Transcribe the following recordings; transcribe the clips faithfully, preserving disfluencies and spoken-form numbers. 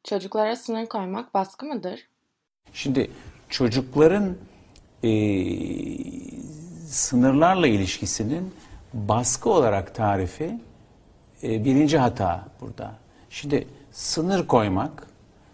Çocuklara sınır koymak baskı mıdır? Şimdi çocukların e, sınırlarla ilişkisinin baskı olarak tarifi e, birinci hata burada. Şimdi sınır koymak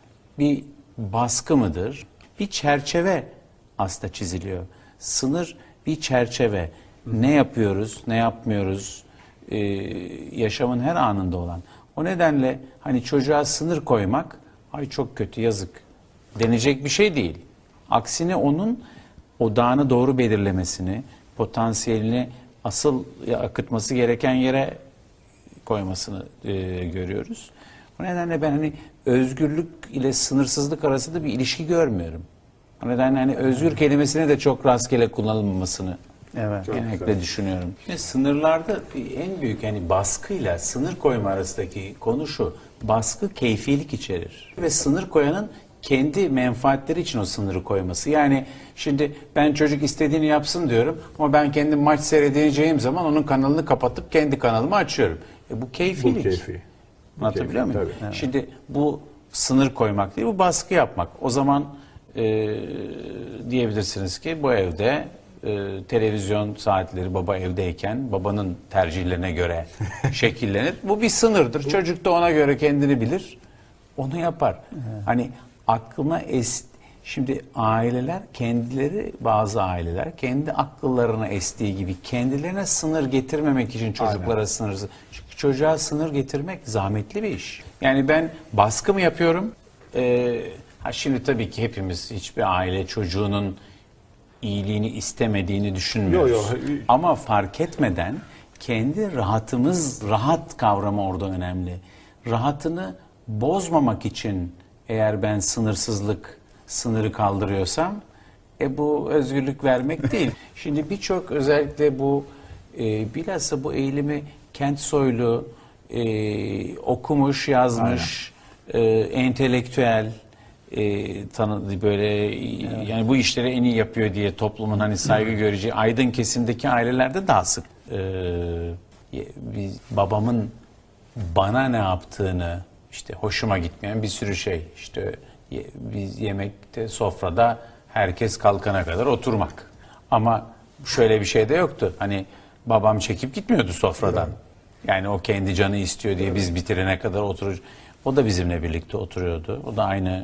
bir baskı mıdır? Bir çerçeve aslında çiziliyor. Sınır bir çerçeve. Ne yapıyoruz, ne yapmıyoruz, e, yaşamın her anında olan. O nedenle hani çocuğa sınır koymak, ay çok kötü, yazık denecek bir şey değil. Aksine onun odağını doğru belirlemesini, potansiyelini asıl akıtması gereken yere koymasını e, görüyoruz. O nedenle ben hani özgürlük ile sınırsızlık arasında bir ilişki görmüyorum. O nedenle hani özgür kelimesine de çok rastgele kullanılmamasını evet, genellikle düşünüyorum. Şimdi sınırlarda en büyük yani baskıyla sınır koyma arasındaki konu şu: baskı keyfilik içerir ve sınır koyanın kendi menfaatleri için o sınırı koyması. Yani şimdi ben çocuk istediğini yapsın diyorum ama ben kendim maç seyredeceğim zaman onun kanalını kapatıp kendi kanalımı açıyorum. E bu keyfilik. Bu keyfi. Anlatabiliyor muyum? Evet. Şimdi bu sınır koymak değil, bu baskı yapmak. O zaman e, diyebilirsiniz ki bu evde e, televizyon saatleri baba evdeyken babanın tercihlerine göre şekillenir. Bu bir sınırdır. Çocuk da ona göre kendini bilir. Onu yapar. Evet. Hani aklına es şimdi aileler kendileri, bazı aileler kendi akıllarına estiği gibi kendilerine sınır getirmemek için çocuklara Aynen. sınırsız. Çünkü çocuğa sınır getirmek zahmetli bir iş. Yani ben baskı mı yapıyorum? Ee, ha şimdi tabii ki hepimiz, hiçbir aile çocuğunun iyiliğini istemediğini düşünmüyoruz. Yo, yo. Ama fark etmeden kendi rahatımız, rahat kavramı orada önemli. Rahatını bozmamak için eğer ben sınırsızlık, sınırı kaldırıyorsam e bu özgürlük vermek değil. Şimdi birçok özellikle bu e, bilhassa bu eğilimi Kent Soylu e, okumuş, yazmış, e, entelektüel e, tanıdı böyle evet. Yani bu işleri en iyi yapıyor diye toplumun hani saygı göreceği aydın kesimdeki ailelerde daha sık. E, biz, babamın bana ne yaptığını, İşte hoşuma gitmeyen bir sürü şey. İşte biz yemekte, sofrada herkes kalkana kadar oturmak. Ama şöyle bir şey de yoktu. Hani babam çekip gitmiyordu sofradan. Yani o kendi canı istiyor diye biz bitirene kadar oturur. O da bizimle birlikte oturuyordu. O da aynı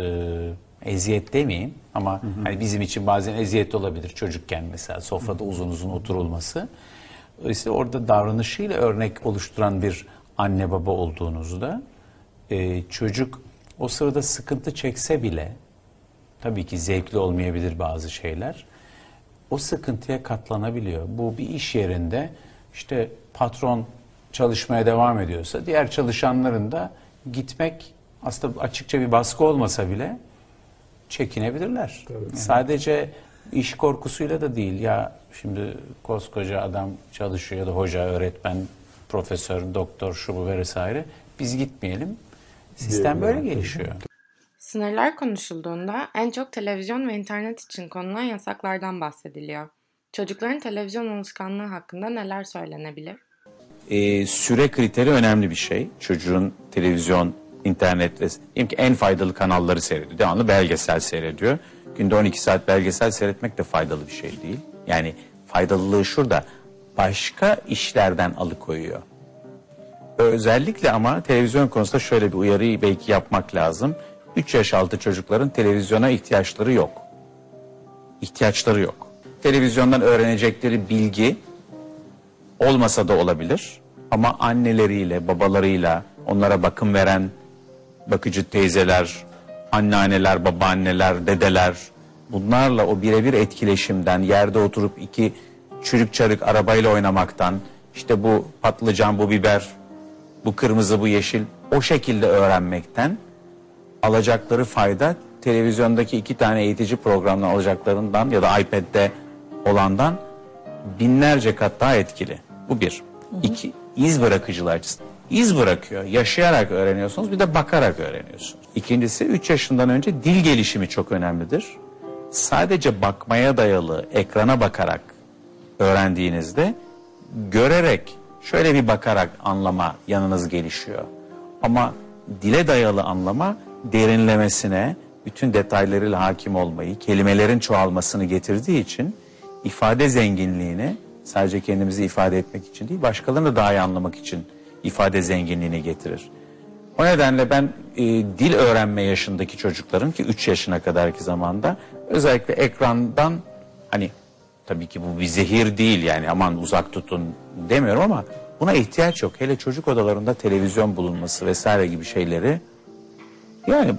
e, eziyet demeyeyim ama hı hı. Hani bizim için bazen eziyet olabilir çocukken mesela sofrada uzun uzun oturulması. Dolayısıyla orada davranışıyla örnek oluşturan bir anne baba olduğunuzda Ee, çocuk o sırada sıkıntı çekse bile, tabii ki zevkli olmayabilir bazı şeyler, o sıkıntıya katlanabiliyor. Bu bir iş yerinde işte patron çalışmaya devam ediyorsa diğer çalışanların da gitmek aslında açıkça bir baskı olmasa bile çekinebilirler. Tabii. Sadece iş korkusuyla da değil. Ya şimdi koskoca adam çalışıyor ya da hoca, öğretmen, profesör, doktor, şu bu vesaire, biz gitmeyelim. Sistem böyle gelişiyor. Sınırlar konuşulduğunda en çok televizyon ve internet için konulan yasaklardan bahsediliyor. Çocukların televizyon alışkanlığı hakkında neler söylenebilir? Ee, süre kriteri önemli bir şey. Çocuğun televizyon, internet ve diyelim ki en faydalı kanalları seyrediyor. Devamlı belgesel seyrediyor. Günde on iki saat belgesel seyretmek de faydalı bir şey değil. Yani faydalılığı şurada, başka işlerden alıkoyuyor. Özellikle ama televizyon konusunda şöyle bir uyarıyı belki yapmak lazım. üç yaş altı çocukların televizyona ihtiyaçları yok. İhtiyaçları yok. Televizyondan öğrenecekleri bilgi olmasa da olabilir. Ama anneleriyle, babalarıyla, onlara bakım veren bakıcı teyzeler, anneanneler, babaanneler, dedeler, bunlarla o birebir etkileşimden, yerde oturup iki çürük çarık arabayla oynamaktan, işte bu patlıcan, bu biber, bu kırmızı, bu yeşil, o şekilde öğrenmekten alacakları fayda televizyondaki iki tane eğitici programdan alacaklarından ya da iPad'de olandan binlerce kat daha etkili. Bu bir. Hı hı. İki, iz bırakıcılığı açısından. İz bırakıyor. Yaşayarak öğreniyorsunuz, bir de bakarak öğreniyorsunuz. İkincisi, üç yaşından önce dil gelişimi çok önemlidir. Sadece bakmaya dayalı, ekrana bakarak öğrendiğinizde görerek, şöyle bir bakarak anlama yanınız gelişiyor. Ama dile dayalı anlama derinlemesine, bütün detaylarıyla hakim olmayı, kelimelerin çoğalmasını getirdiği için ifade zenginliğini sadece kendimizi ifade etmek için değil, başkalarını daha iyi anlamak için ifade zenginliğini getirir. O nedenle ben e, dil öğrenme yaşındaki çocukların, ki üç yaşına kadarki zamanda, özellikle ekrandan, hani tabii ki bu bir zehir değil yani aman uzak tutun demiyorum ama buna ihtiyaç yok. Hele çocuk odalarında televizyon bulunması vesaire gibi şeyleri yani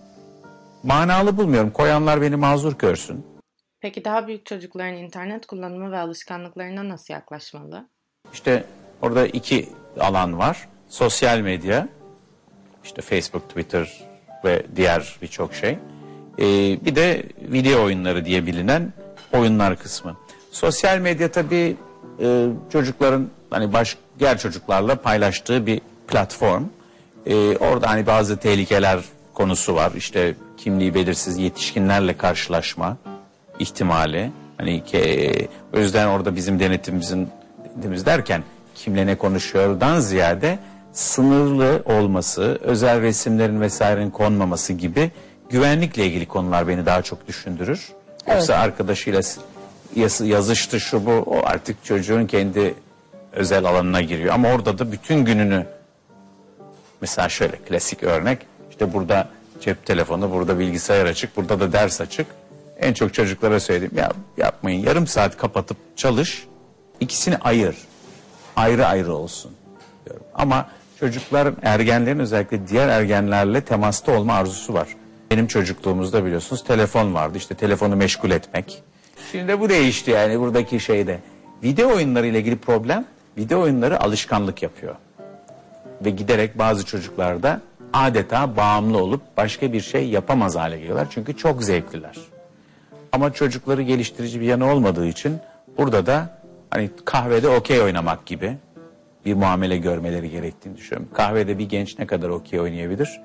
manalı bulmuyorum. Koyanlar beni mazur görsün. Peki daha büyük çocukların internet kullanımı ve alışkanlıklarına nasıl yaklaşmalı? İşte orada iki alan var. Sosyal medya, işte Facebook, Twitter ve diğer birçok şey. Ee, bir de video oyunları diye bilinen oyunlar kısmı. Sosyal medya tabii e, çocukların hani baş, diğer çocuklarla paylaştığı bir platform. Ee, orada hani bazı tehlikeler konusu var. İşte kimliği belirsiz yetişkinlerle karşılaşma ihtimali. Hani ki, o yüzden orada bizim denetimimizin denetimimiz derken kimle ne konuşuyordan ziyade sınırlı olması, özel resimlerin vesairenin konmaması gibi güvenlikle ilgili konular beni daha çok düşündürür. Evet. Yoksa arkadaşıyla yazıştı şu bu, o artık çocuğun kendi özel alanına giriyor. Ama orada da bütün gününü, mesela şöyle klasik örnek, işte burada cep telefonu, burada bilgisayar açık, burada da ders açık. En çok çocuklara söyledim, ya yapmayın, yarım saat kapatıp çalış, ikisini ayır, ayrı ayrı olsun diyorum. Ama çocukların, ergenlerin özellikle diğer ergenlerle temasta olma arzusu var. Benim çocukluğumuzda biliyorsunuz telefon vardı, işte telefonu meşgul etmek. Şimdi bu değişti yani buradaki şeyde. Video oyunları ile ilgili problem, video oyunları alışkanlık yapıyor. Ve giderek bazı çocuklarda adeta bağımlı olup başka bir şey yapamaz hale geliyorlar. Çünkü çok zevkliler. Ama çocukları geliştirici bir yanı olmadığı için burada da hani kahvede okey oynamak gibi bir muamele görmeleri gerektiğini düşünüyorum. Kahvede bir genç ne kadar okey oynayabilir?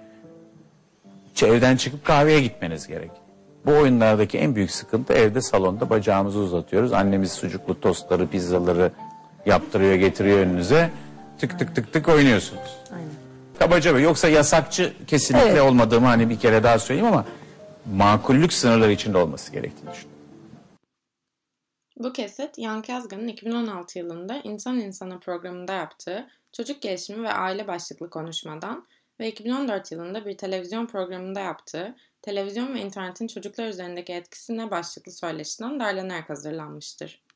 Evden çıkıp kahveye gitmeniz gerek. Bu oyunlardaki en büyük sıkıntı, evde salonda bacağımızı uzatıyoruz. Annemiz sucuklu tostları, pizzaları yaptırıyor, getiriyor önünüze. Tık tık tık tık oynuyorsunuz. Aynen. Kabaca böyle. Yoksa yasakçı kesinlikle evet. olmadığımı hani bir kere daha söyleyeyim ama makullük sınırları içinde olması gerektiğini düşünüyorum. Bu kesit Yankı Yazgan'ın iki bin on altı yılında İnsan İnsana programında yaptığı çocuk gelişimi ve aile başlıklı konuşmadan ve iki bin on dört yılında bir televizyon programında yaptığı televizyon ve internetin çocuklar üzerindeki etkisine başlıklı söyleşiden derlenerek hazırlanmıştır.